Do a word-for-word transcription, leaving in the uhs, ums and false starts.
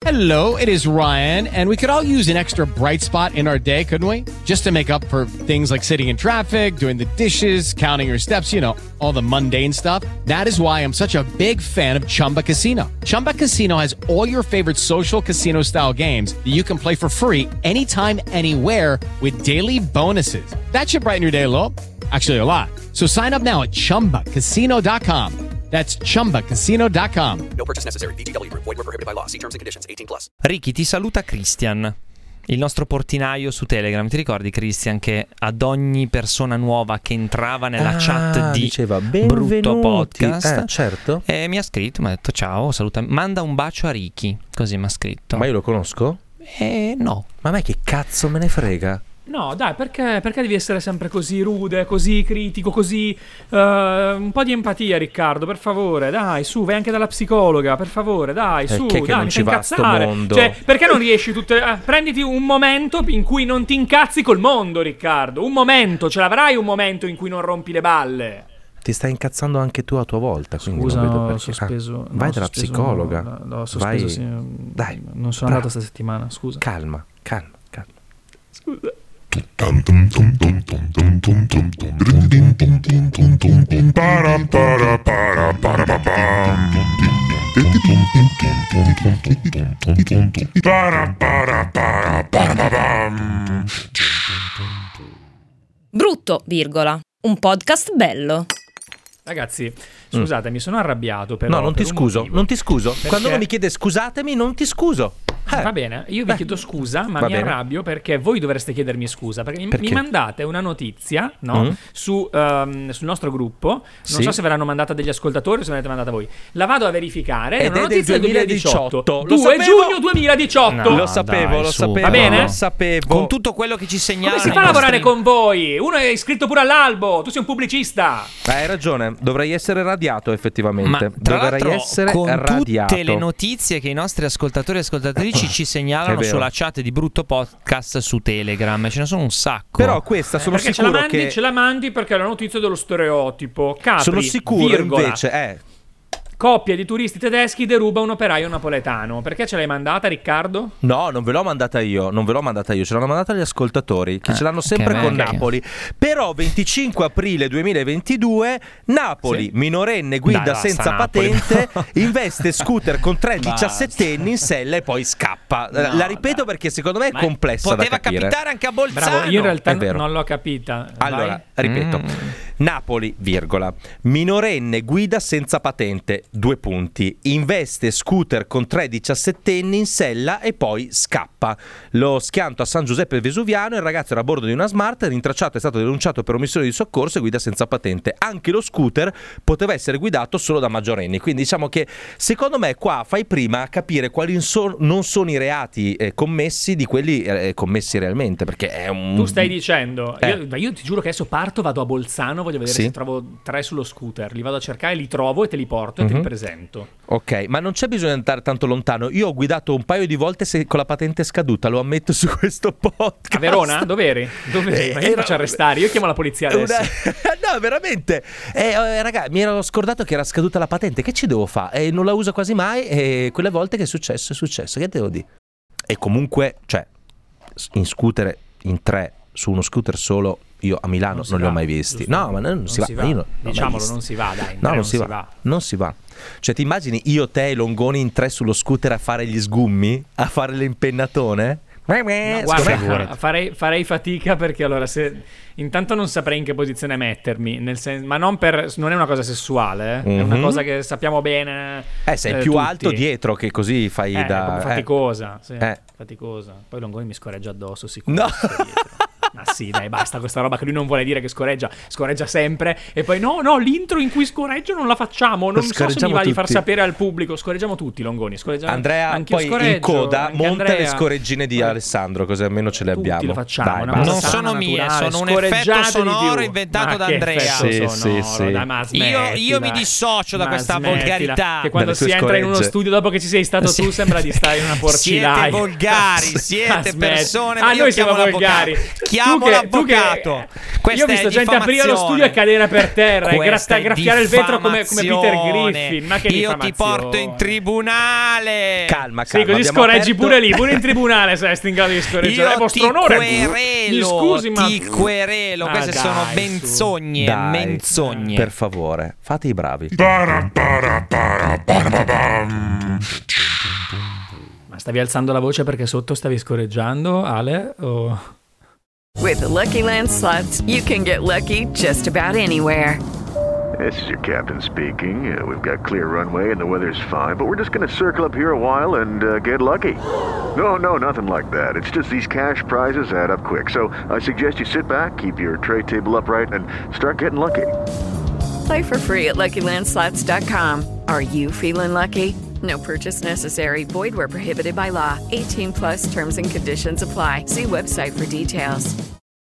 Hello, it is Ryan, and we could all use an extra bright spot in our day, couldn't we? Just to make up for things like sitting in traffic, doing the dishes, counting your steps, you know, all the mundane stuff. That is why I'm such a big fan of Chumba Casino. Chumba Casino has all your favorite social casino-style games that you can play for free anytime, anywhere with daily bonuses. That should brighten your day a little. Actually, a lot. So sign up now at chumba casino dot com. That's chumba casino dot com. No purchase necessary. V G W Group. Void where prohibited by law. See terms and conditions. eighteen plus. Ricky, ti saluta Christian, il nostro portinaio su Telegram. Ti ricordi, Christian, che ad ogni persona nuova che entrava nella ah, chat di diceva, Brutto Podcast, eh, certo. E mi ha scritto, mi ha detto ciao, saluta, manda un bacio a Ricky. Così mi ha scritto. Ma io lo conosco? Eh no. Ma a me che cazzo me ne frega? No, dai, perché, perché devi essere sempre così rude, così critico, così... Uh, un po' di empatia, Riccardo, per favore, dai, su, vai anche dalla psicologa, per favore, dai, su, che dai, che non mi ci fai va sto incazzare. mondo. Cioè, perché non riesci tutte... Uh, prenditi un momento in cui non ti incazzi col mondo, Riccardo, un momento, ce l'avrai un momento in cui non rompi le balle. Ti stai incazzando anche tu a tua volta, quindi Scusa, non vedo ho perché. sospeso, ah, vai no, dalla sospeso, psicologa. No, no, ho sospeso, vai. sì, Dai, non sono bravo. andato sta settimana, scusa. Calma, calma, calma. Scusa. Brutto, virgola. Un podcast bello. Ragazzi, scusate, mm. mi sono arrabbiato però. No, non per ti un scuso, motivo. non ti scuso. Perché... Quando uno mi chiede scusatemi, non ti scuso. Eh. Va bene, io vi Beh. chiedo scusa, ma Va mi bene. arrabbio perché voi dovreste chiedermi scusa. Perché, Perché? mi mandate una notizia, no? Mm. Su, um, sul nostro gruppo. Non Sì. so se verranno mandata degli ascoltatori o se l'avete mandata voi. La vado a verificare. È Ed una è notizia del del duemiladiciotto. duemiladiciotto. Lo due sapevo. giugno duemiladiciotto. No, lo sapevo, dai, lo su, sapevo, va bene? lo sapevo. Con tutto quello che ci segnala. Come si nei fa a lavorare nostri- con voi? Uno è iscritto pure all'albo. Tu sei un pubblicista. Eh, hai ragione, dovrei essere radiato effettivamente. Ma tra dovrei l'altro, essere con radiato. tutte le notizie che i nostri ascoltatori e ascoltatrici ci È segnalano vero. sulla chat di Brutto Podcast su Telegram, ce ne sono un sacco. Però questa sono perché ce sicuro la, mandi, che ce la mandi perché è la notizia dello stereotipo. Capri, sono sicuro virgola, invece eh coppia di turisti tedeschi deruba un operaio napoletano. Perché ce l'hai mandata, Riccardo? No, non ve l'ho mandata io, non ve l'ho mandata io, ce l'hanno mandata gli ascoltatori che Ah, ce l'hanno sempre ok, con ok. Napoli. Però venticinque aprile duemilaventidue Napoli, Sì. minorenne guida Dai, basta, senza Napoli. patente, investe scooter con tre Basta. diciassettenni in sella e poi scappa. No, La ripeto dai. perché secondo me è Ma complessa da poteva capire. capitare anche a Bolzano. Bravo, io in realtà è vero. non l'ho capita. Allora, Vai. ripeto. Mm. Napoli, virgola. Minorenne guida senza patente, due punti. Investe scooter con tre diciassettenni in sella e poi scappa. Lo schianto a San Giuseppe Vesuviano, il ragazzo era a bordo di una Smart, rintracciato, è stato denunciato per omissione di soccorso e guida senza patente. Anche lo scooter poteva essere guidato solo da maggiorenni. Quindi diciamo che secondo me qua fai prima a capire quali so- non sono i reati eh, commessi di quelli eh, commessi realmente, perché è un... Tu stai dicendo, Eh. io, ma io ti giuro che adesso parto, vado a Bolzano, voglio vedere Sì. se trovo tre sullo scooter, li vado a cercare, li trovo e te li porto e te Mhm. li presento. Ok, ma non c'è bisogno di andare tanto lontano. Io ho guidato un paio di volte se- con la patente scaduta, lo ammetto su questo podcast. A Verona? Dov'eri? Dov'eri? Eh, Ma io ti era- faccio arrestare, io chiamo la polizia adesso. Una- no, veramente. Eh, eh, raga, mi ero scordato che era scaduta la patente. Che ci devo fare? Eh, non la uso quasi mai. E quelle volte che è successo, è successo. Che devo dire? E comunque, cioè, in scooter in tre su uno scooter solo. Io a Milano non, si li va, ho mai visti. giusto? No, ma non, si va. si ma io non- non ho mai Diciamolo, visti. non si va, dai. in No, tre non si va. Non si va. Cioè, ti immagini io, te e Longoni in tre sullo scooter a fare gli sgummi? A fare l'impennatone? No, Secondo guarda, me- farei, farei fatica perché allora se intanto non saprei in che posizione mettermi, nel sen- ma non per non è una cosa sessuale, eh? È una Mhm. cosa che sappiamo bene. Eh, sei più tutti. alto dietro che così fai Eh, da... è proprio eh. faticosa, sì, Eh. faticosa. Poi Longoni mi scorreggia addosso, sicuro. No. Ma sì, dai, basta questa roba che lui non vuole dire che scoreggia, scoreggia sempre e poi no, no, l'intro in cui scoreggio non la facciamo, non so se mi Scorreggiamo va di far tutti. sapere al pubblico, scoreggiamo tutti Longoni, scoreggiamo. Andrea, anch'io poi in scoreggio, coda anche monta le Andrea. scoreggine di Poi- Alessandro, così almeno ce le Tutti abbiamo. lo facciamo, Dai, una basta. Non cosa sono sana, mie, naturale, sono un effetto scorreggiate di sonoro più. inventato Ma da che Andrea. effetto Sì, sonoro, sì, sì. dai, ma Io, io smettila. mi dissocio da Ma questa smettila, volgarità. che quando Dalle tue si entra in uno scoregge. studio dopo che ci sei stato Sì. tu sembra di stare in una porcilaia. Siete volgari, Ma siete smetti. persone. Ah, io noi siamo chiamo l'avvocato. volgari. Chiamo Chiamo tu che- l'avvocato. tu che- Questa Io ho visto è gente aprire lo studio e cadere per terra e Questa gratta- è graffiare il vetro come, come Peter diffamazione. Griffin. Ma che Io ti porto in diffamazione. tribunale. Calma, calma. Sì, così abbiamo scorreggi aperto- pure lì, pure in tribunale se sei in grado di scorreggiare. È Io vostro ti onore. querelo, Mi scusi, ma ti querelo. Ah, Queste dai, sono su. menzogne, Dai, menzogne. per favore, fate i bravi. Ma stavi alzando la voce perché sotto stavi scorreggiando, Ale? O... With the Lucky Land Slots, you can get lucky just about anywhere. This is your captain speaking. Uh, we've got clear runway and the weather's fine, but we're just going to circle up here a while and uh, get lucky. No, no, nothing like that. It's just these cash prizes add up quick. So I suggest you sit back, keep your tray table upright, and start getting lucky. Play for free at Lucky Land Slots dot com. Are you feeling lucky? No purchase necessary. Void where prohibited by law. eighteen plus terms and conditions apply. See website for details.